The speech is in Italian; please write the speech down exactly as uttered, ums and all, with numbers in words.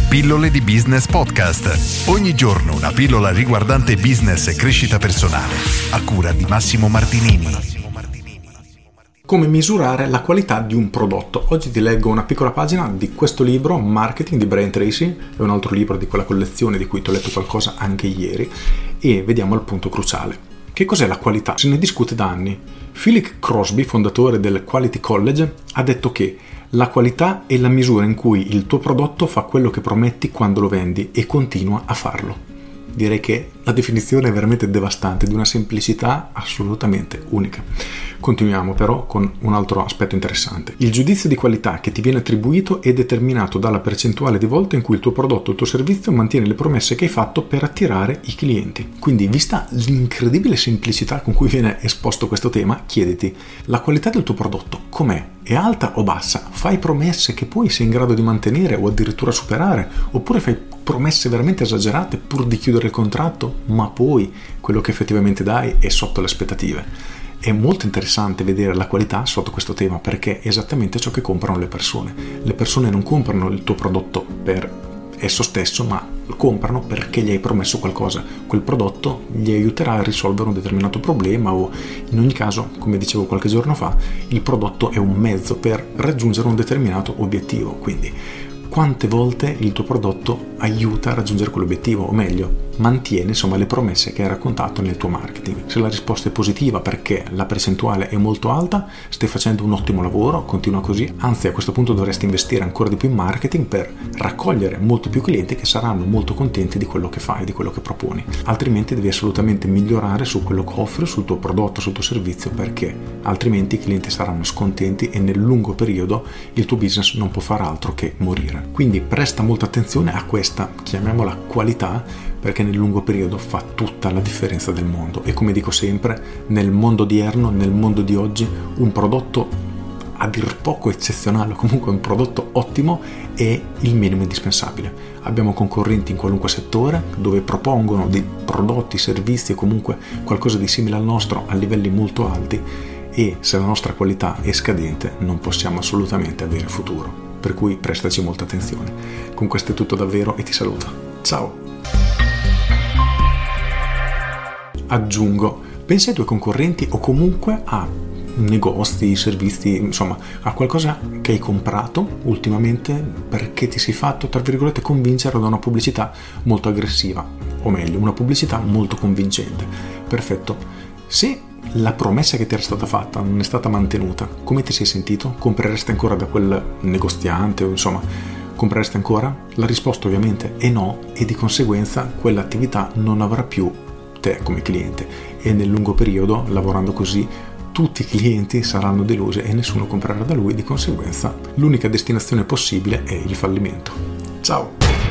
Pillole di Business Podcast. Ogni giorno una pillola riguardante business e crescita personale. A cura di Massimo Martinini. Come misurare la qualità di un prodotto. Oggi ti leggo una piccola pagina di questo libro, Marketing, di Brian Tracy, è un altro libro di quella collezione di cui ti ho letto qualcosa anche ieri, e vediamo il punto cruciale. Che cos'è la qualità? Se ne discute da anni. Philip Crosby, fondatore del Quality College, ha detto che la qualità è la misura in cui il tuo prodotto fa quello che prometti quando lo vendi e continua a farlo. Direi che la definizione è veramente devastante, di una semplicità assolutamente unica. Continuiamo però con un altro aspetto interessante. Il giudizio di qualità che ti viene attribuito è determinato dalla percentuale di volte in cui il tuo prodotto o il tuo servizio mantiene le promesse che hai fatto per attirare i clienti. Quindi, vista l'incredibile semplicità con cui viene esposto questo tema, chiediti: la qualità del tuo prodotto com'è? È alta o bassa? Fai promesse che poi sei in grado di mantenere o addirittura superare? Oppure fai promesse veramente esagerate pur di chiudere il contratto, ma poi quello che effettivamente dai è sotto le aspettative? È molto interessante vedere la qualità sotto questo tema, perché è esattamente ciò che comprano le persone. Le persone non comprano il tuo prodotto per esso stesso, ma lo comprano perché gli hai promesso qualcosa. Quel prodotto gli aiuterà a risolvere un determinato problema, o in ogni caso, come dicevo qualche giorno fa, il prodotto è un mezzo per raggiungere un determinato obiettivo. Quindi, quante volte il tuo prodotto aiuta a raggiungere quell'obiettivo, o meglio, mantiene insomma le promesse che hai raccontato nel tuo marketing? Se la risposta è positiva perché la percentuale è molto alta, stai facendo un ottimo lavoro, continua così, anzi a questo punto dovresti investire ancora di più in marketing per raccogliere molti più clienti che saranno molto contenti di quello che fai, di quello che proponi. Altrimenti devi assolutamente migliorare su quello che offri, sul tuo prodotto, sul tuo servizio, perché altrimenti i clienti saranno scontenti e nel lungo periodo il tuo business non può far altro che morire. Quindi presta molta attenzione a questa, chiamiamola qualità, perché nel lungo periodo fa tutta la differenza del mondo. E come dico sempre, nel mondo odierno, nel mondo di oggi, un prodotto a dir poco eccezionale, comunque un prodotto ottimo, è il minimo indispensabile. Abbiamo concorrenti in qualunque settore dove propongono dei prodotti, servizi o comunque qualcosa di simile al nostro a livelli molto alti, e se la nostra qualità è scadente non possiamo assolutamente avere futuro. Per cui prestaci molta attenzione. Con questo è tutto davvero e ti saluto. Ciao! Aggiungo, pensa ai tuoi concorrenti o comunque a negozi, servizi, insomma a qualcosa che hai comprato ultimamente perché ti sei fatto, tra virgolette, convincere da una pubblicità molto aggressiva, o meglio, una pubblicità molto convincente. Perfetto. Se la promessa che ti era stata fatta non è stata mantenuta, come ti sei sentito? Compreresti ancora da quel negoziante, o insomma compreresti ancora? La risposta ovviamente è no, e di conseguenza quell'attività non avrà più te come cliente, e nel lungo periodo, lavorando così, tutti i clienti saranno delusi e nessuno comprerà da lui. Di conseguenza l'unica destinazione possibile è il fallimento. Ciao!